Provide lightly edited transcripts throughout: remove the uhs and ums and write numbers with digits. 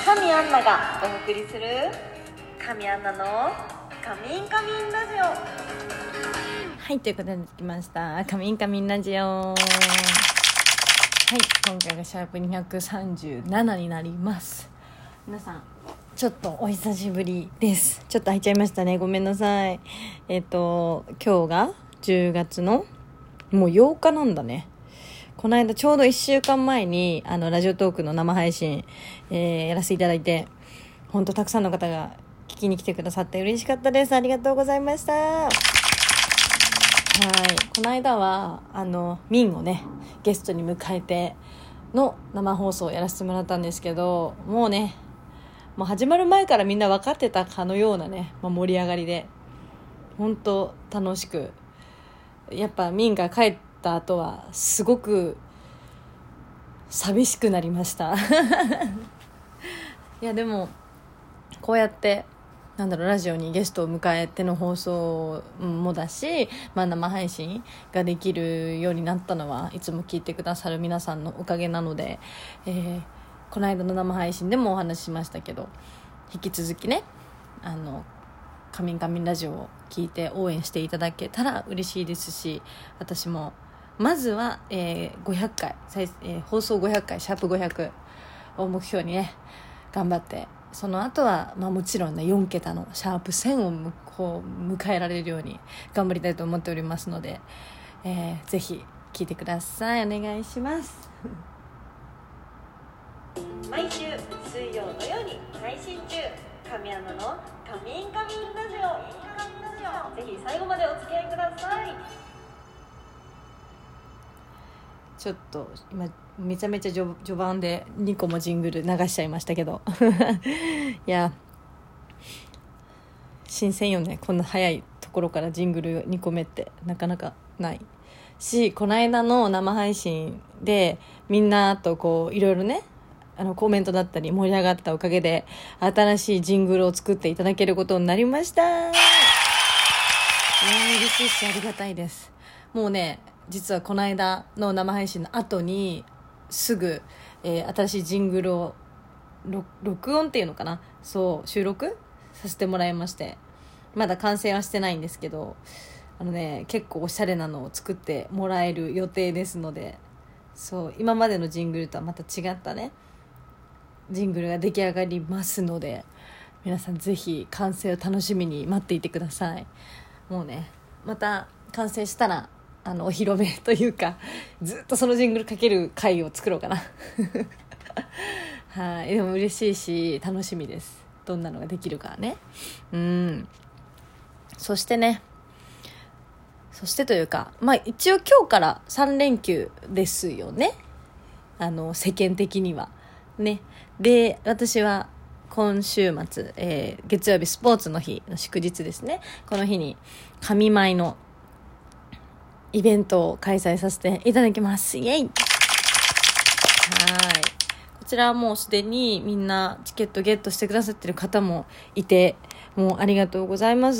神アンナがお送りする神アンナのカミンカミンラジオ。 はい、ということで来ましたカミンカミンラジオ。はい、今回がシャープ237になります。皆さんちょっとお久しぶりです。ちょっと空いちゃいましたね、ごめんなさい。今日が10月のもう8日なんだね。この間ちょうど1週間前にラジオトークの生配信、やらせていただいて、本当たくさんの方が聞きに来てくださって嬉しかったです。ありがとうございました。はい、この間はミンをねゲストに迎えての生放送をやらせてもらったんですけど、もう始まる前からみんな分かってたかのようなね、盛り上がりで本当楽しく、やっぱミンが帰った後はすごく寂しくなりましたいやでもこうやってラジオにゲストを迎えての放送もだし、生配信ができるようになったのはいつも聞いてくださる皆さんのおかげなので、この間の生配信でもお話ししましたけど、引き続きねカミンカミンラジオを聞いて応援していただけたら嬉しいですし、私もまずは、500回、放送500回シャープ500を目標にね頑張って、その後は、もちろんね4桁のシャープ1000を迎えられるように頑張りたいと思っておりますので、ぜひ聞いてください。お願いします毎週水曜の夜に配信中、神アナのカミンカミンラジオ。ぜひ最後までお付き合いください。 ちょっと今めちゃめちゃ序盤で2個もジングル流しちゃいましたけどいや新鮮よね、こんな早いところからジングル2個目ってなかなかないし、この間の生配信でみんなといろいろねコメントだったり盛り上がったおかげで新しいジングルを作っていただけることになりました。嬉しいしありがたいです。もうね実はこの間の生配信の後にすぐ、新しいジングルを録音っていうのかな、そう収録させてもらいまして、まだ完成はしてないんですけど結構おしゃれなのを作ってもらえる予定ですので、そう今までのジングルとはまた違ったねジングルが出来上がりますので、皆さんぜひ完成を楽しみに待っていてください。もうねまた完成したらお披露目というか、ずっとそのジングルかける回を作ろうかなはい、でも嬉しいし楽しみです。どんなのができるかね。そしてというか、一応今日から3連休ですよね、世間的にはね。で私は今週末、月曜日スポーツの日の祝日ですね、この日に神舞のイベントを開催させていただきます。イエイ。はい、こちらはもうすでにみんなチケットゲットしてくださってる方もいて、もうありがとうございます。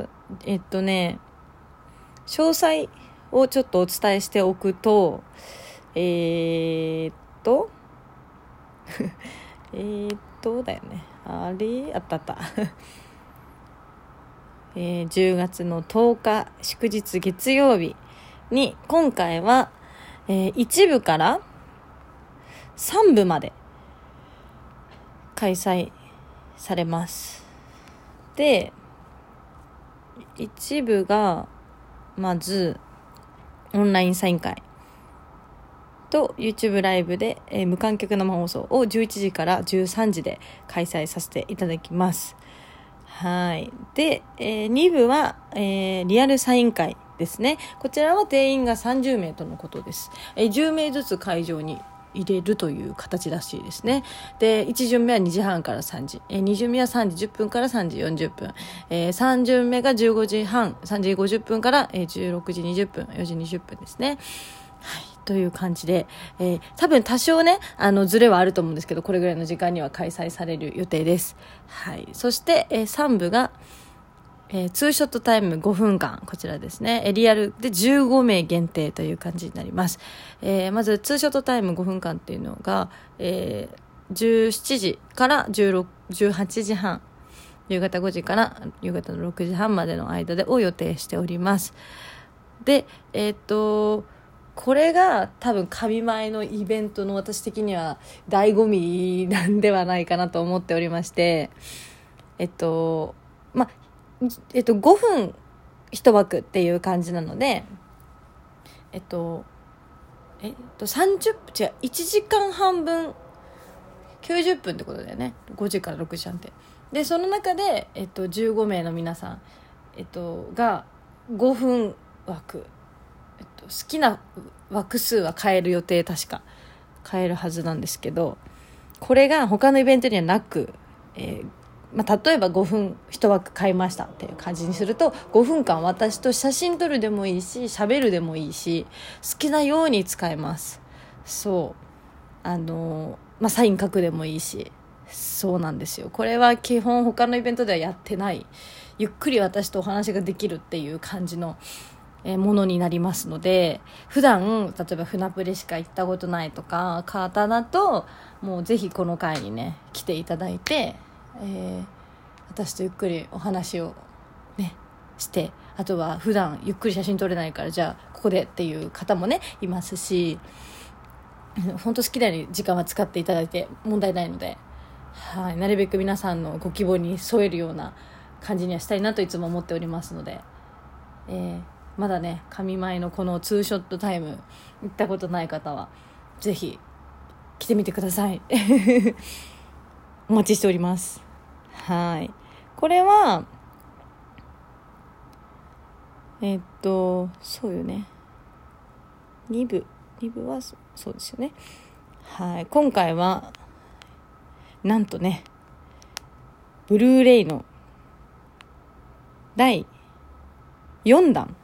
詳細をちょっとお伝えしておくと、だよね、あった10月の10日祝日月曜日に今回は、1部から3部まで開催されます。で1部がまずオンラインサイン会と YouTube ライブで、無観客生放送を11時から13時で開催させていただきます。はい。で、2部は、リアルサイン会ですね。こちらは定員が30名とのことです。10名ずつ会場に入れるという形らしいですね。で、1巡目は2時半から3時、2巡目は3時10分から3時40分、3巡目が15時半、3時50分から、16時20分、4時20分ですね。はい。という感じで、多分多少ねズレはあると思うんですけど、これぐらいの時間には開催される予定です。はい。そして、3部が、ツーショットタイム5分間、こちらですね、リアルで15名限定という感じになります。まずツーショットタイム5分間っていうのが、 17時から18時半、夕方5時から夕方の6時半までの間を予定しております。で、これが多分神前のイベントの私的には醍醐味なんではないかなと思っておりまして、5分1枠っていう感じなので、1時間半分90分ってことだよね。5時から6時半って。でその中で、15名の皆さん、が5分枠、好きな枠数は変える予定、確か変えるはずなんですけど、これが他のイベントにはなく、例えば5分1枠買いましたっていう感じにすると、5分間私と写真撮るでもいいし喋るでもいいし、好きなように使えます。そうサイン書くでもいいし、そうなんですよ。これは基本他のイベントではやってない、ゆっくり私とお話ができるっていう感じのものになりますので、普段例えば船プレしか行ったことないとか方だと、もうぜひこの会にね来ていただいて、私とゆっくりお話をねして、あとは普段ゆっくり写真撮れないからじゃあここでっていう方もねいますし、本当好きなように時間は使っていただいて問題ないので、なるべく皆さんのご希望に添えるような感じにはしたいなといつも思っておりますので、まだね神前のこのツーショットタイム行ったことない方はぜひ来てみてくださいお待ちしております。これはそうよね、2部はそうですよね。今回はなんとねブルーレイの第4弾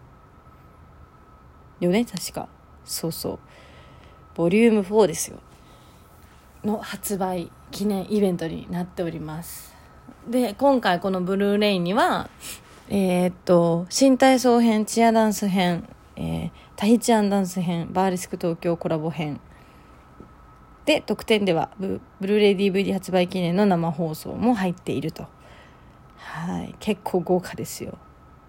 よね、確か。そうボリューム4ですよの発売記念イベントになっております。で今回このブルーレイには新体操編、チアダンス編、タヒチアンダンス編、バーレスク東京コラボ編で、特典ではブルーレイ DVD 発売記念の生放送も入っていると。結構豪華ですよ。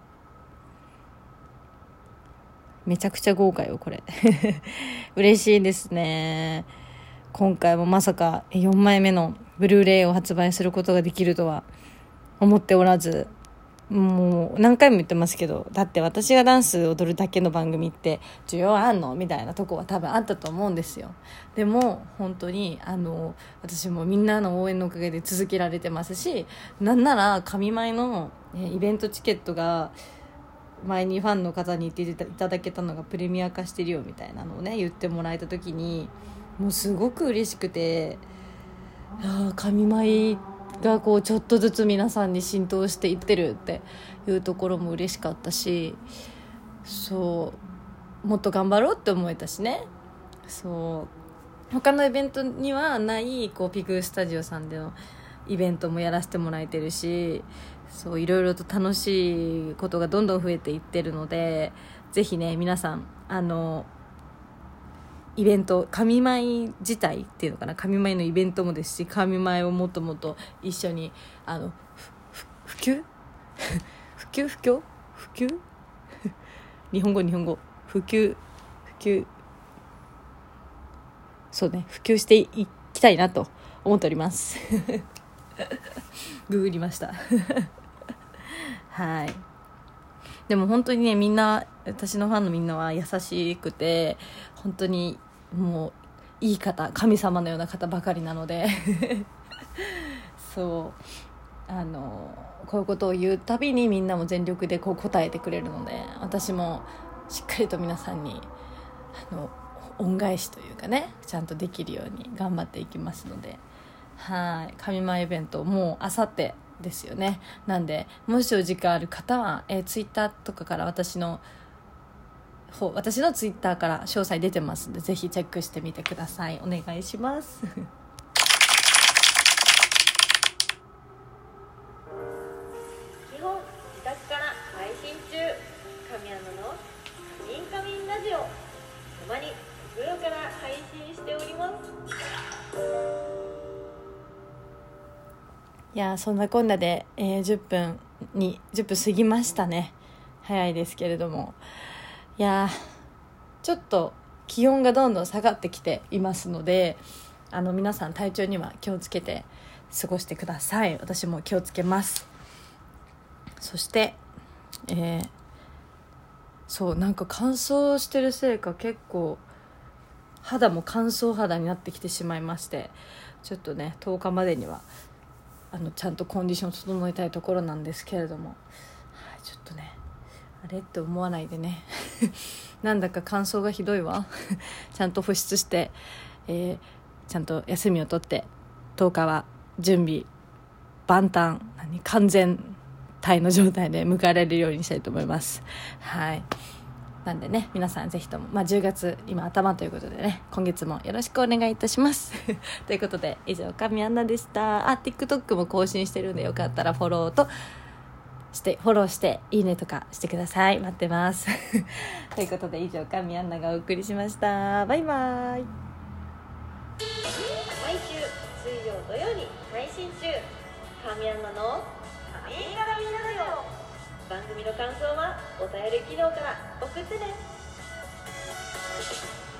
めちゃくちゃ豪華よこれ嬉しいですね。今回もまさか4枚目のブルーレイを発売することができるとは思っておらず、もう何回も言ってますけど、だって私がダンス踊るだけの番組って需要あんのみたいなとこは多分あったと思うんですよ。でも本当に私もみんなの応援のおかげで続けられてますし、なんなら神前のイベントチケットが前にファンの方に言っていただけたのがプレミア化してるよみたいなのをね言ってもらえた時に、もうすごく嬉しくて、神前がこうちょっとずつ皆さんに浸透していってるっていうところも嬉しかったし、もっと頑張ろうって思えたしね。他のイベントにはないピグスタジオさんでのイベントもやらせてもらえてるし、いろいろと楽しいことがどんどん増えていってるので、ぜひね皆さんイベント、神前自体っていうのかな、神前のイベントもですし、神前をもっともっと一緒に普及日本語普及そうね、普及していきたいなと思っておりますググりましたでも本当にね、みんな、私のファンのみんなは優しくて、本当にもういい方、神様のような方ばかりなのでこういうことを言うたびにみんなも全力で答えてくれるので、私もしっかりと皆さんに恩返しというかね、ちゃんとできるように頑張っていきますので、神前イベントもうあさってですよね。なんでもしお時間ある方は、ツイッターとかから私のツイッターから詳細出てますので、ぜひチェックしてみてください。お願いします基本自宅から配信中、神山のカミンカミンラジオ、たまにお風呂から配信しております。 いやそんなこんなで、10分過ぎましたね。早いですけれども、いやちょっと気温がどんどん下がってきていますので、皆さん体調には気をつけて過ごしてください。私も気をつけます。そして、そうなんか乾燥してるせいか結構肌も乾燥肌になってきてしまいまして、ちょっとね10日までにはちゃんとコンディションを整えたいところなんですけれども、ちょっとねあれって思わないでねなんだか乾燥がひどいわちゃんと保湿して、ちゃんと休みを取って10日は準備万端完全体の状態で迎えられるようにしたいと思います。はい、なんでね皆さんぜひとも、10月今頭ということでね、今月もよろしくお願いいたしますということで以上神アンナでした。TikTok も更新してるんでよかったらフォローしていいねとかしてください。待ってますということで以上神アンナがお送りしました。バイバイ。 毎週水曜土曜に配信中、神アンナの神々ラジオ。番組の感想はお便り機能から送ってね。